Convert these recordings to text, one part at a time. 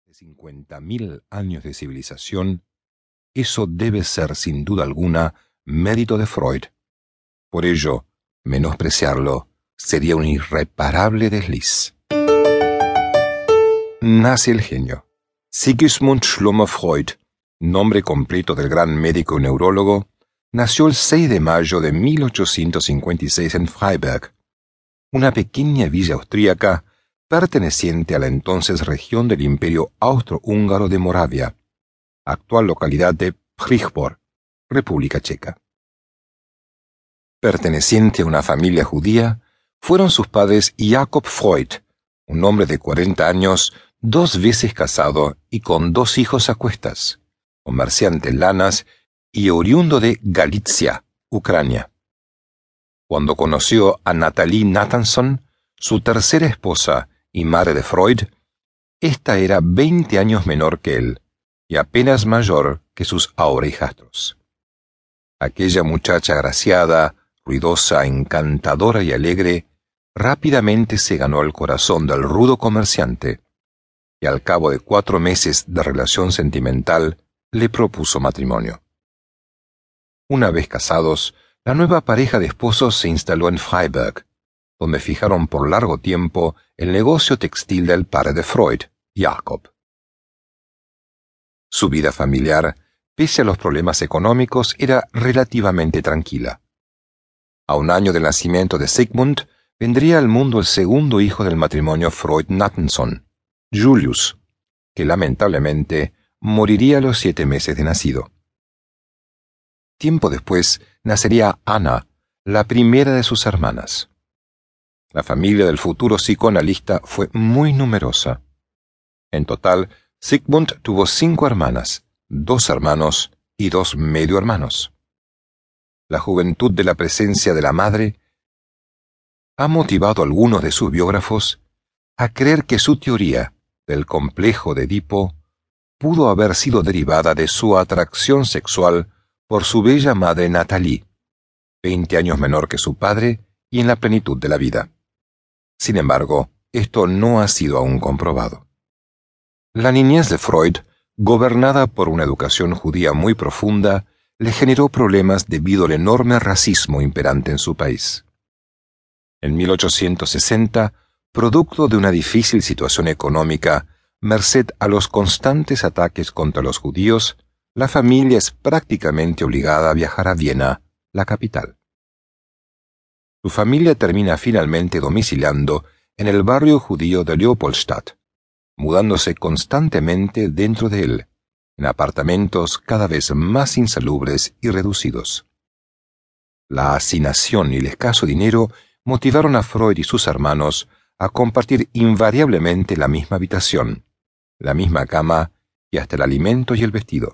de 50.000 años de civilización, eso debe ser, sin duda alguna, mérito de Freud. Por ello, menospreciarlo sería un irreparable desliz. Nace el genio. Sigismund Schlummer Freud, nombre completo del gran médico y neurólogo, nació el 6 de mayo de 1856 en Freiberg, una pequeña villa austríaca perteneciente a la entonces región del Imperio Austrohúngaro de Moravia, actual localidad de Prachbor, República Checa. Perteneciente a una familia judía, fueron sus padres Jakob Freud, un hombre de 40 años, 2 veces casado y con 2 hijos a cuestas, comerciante en lanas y oriundo de Galitzia, Ucrania. Cuando conoció a Natalie Nathanson, su tercera esposa y madre de Freud, ésta era 20 años menor que él y apenas mayor que sus ahora hijastros. Aquella muchacha agraciada, ruidosa, encantadora y alegre, rápidamente se ganó el corazón del rudo comerciante, y al cabo de 4 meses de relación sentimental le propuso matrimonio. Una vez casados, la nueva pareja de esposos se instaló en Freiberg, donde fijaron por largo tiempo el negocio textil del padre de Freud, Jakob. Su vida familiar, pese a los problemas económicos, era relativamente tranquila. A un año del nacimiento de Sigmund, vendría al mundo el segundo hijo del matrimonio Freud-Nathanson, Julius, que lamentablemente moriría a los 7 meses de nacido. Tiempo después nacería Anna, la primera de sus hermanas. La familia del futuro psicoanalista fue muy numerosa. En total, Sigmund tuvo 5 hermanas, 2 hermanos y 2 medio hermanos. La juventud de la presencia de la madre ha motivado a algunos de sus biógrafos a creer que su teoría del complejo de Edipo pudo haber sido derivada de su atracción sexual por su bella madre Natalie, 20 años menor que su padre y en la plenitud de la vida. Sin embargo, esto no ha sido aún comprobado. La niñez de Freud, gobernada por una educación judía muy profunda, le generó problemas debido al enorme racismo imperante en su país. En 1860, producto de una difícil situación económica, merced a los constantes ataques contra los judíos, la familia es prácticamente obligada a viajar a Viena, la capital. Su familia termina finalmente domiciliando en el barrio judío de Leopoldstadt, mudándose constantemente dentro de él, en apartamentos cada vez más insalubres y reducidos. La hacinación y el escaso dinero motivaron a Freud y sus hermanos a compartir invariablemente la misma habitación, la misma cama y hasta el alimento y el vestido.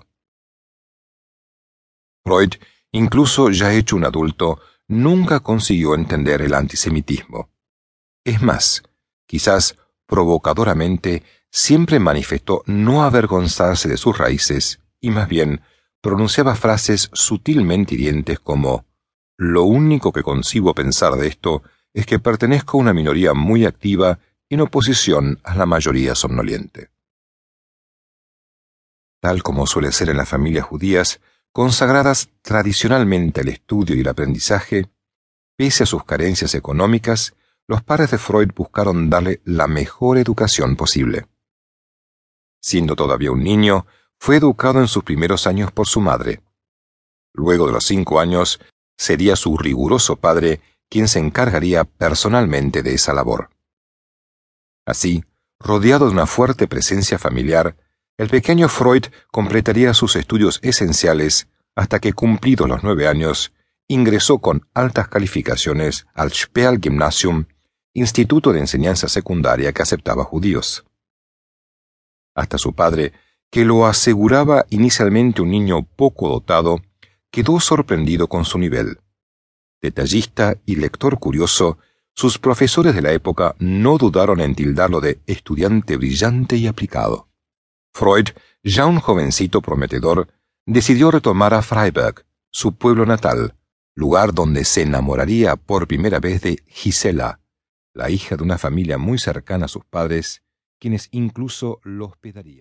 Freud, incluso ya hecho un adulto, nunca consiguió entender el antisemitismo. Es más, quizás provocadoramente, siempre manifestó no avergonzarse de sus raíces y más bien pronunciaba frases sutilmente hirientes como «Lo único que concibo pensar de esto es que pertenezco a una minoría muy activa en oposición a la mayoría somnoliente». Tal como suele ser en las familias judías, consagradas tradicionalmente al estudio y el aprendizaje, pese a sus carencias económicas, los padres de Freud buscaron darle la mejor educación posible. Siendo todavía un niño, fue educado en sus primeros años por su madre. Luego de los 5 años, sería su riguroso padre quien se encargaría personalmente de esa labor. Así, rodeado de una fuerte presencia familiar, el pequeño Freud completaría sus estudios esenciales hasta que, cumplidos los 9 años, ingresó con altas calificaciones al Speer-Gymnasium, instituto de enseñanza secundaria que aceptaba judíos. Hasta su padre, que lo aseguraba inicialmente un niño poco dotado, quedó sorprendido con su nivel. Detallista y lector curioso, sus profesores de la época no dudaron en tildarlo de estudiante brillante y aplicado. Freud, ya un jovencito prometedor, decidió retomar a Freiberg, su pueblo natal, lugar donde se enamoraría por primera vez de Gisela, la hija de una familia muy cercana a sus padres, quienes incluso lo hospedarían.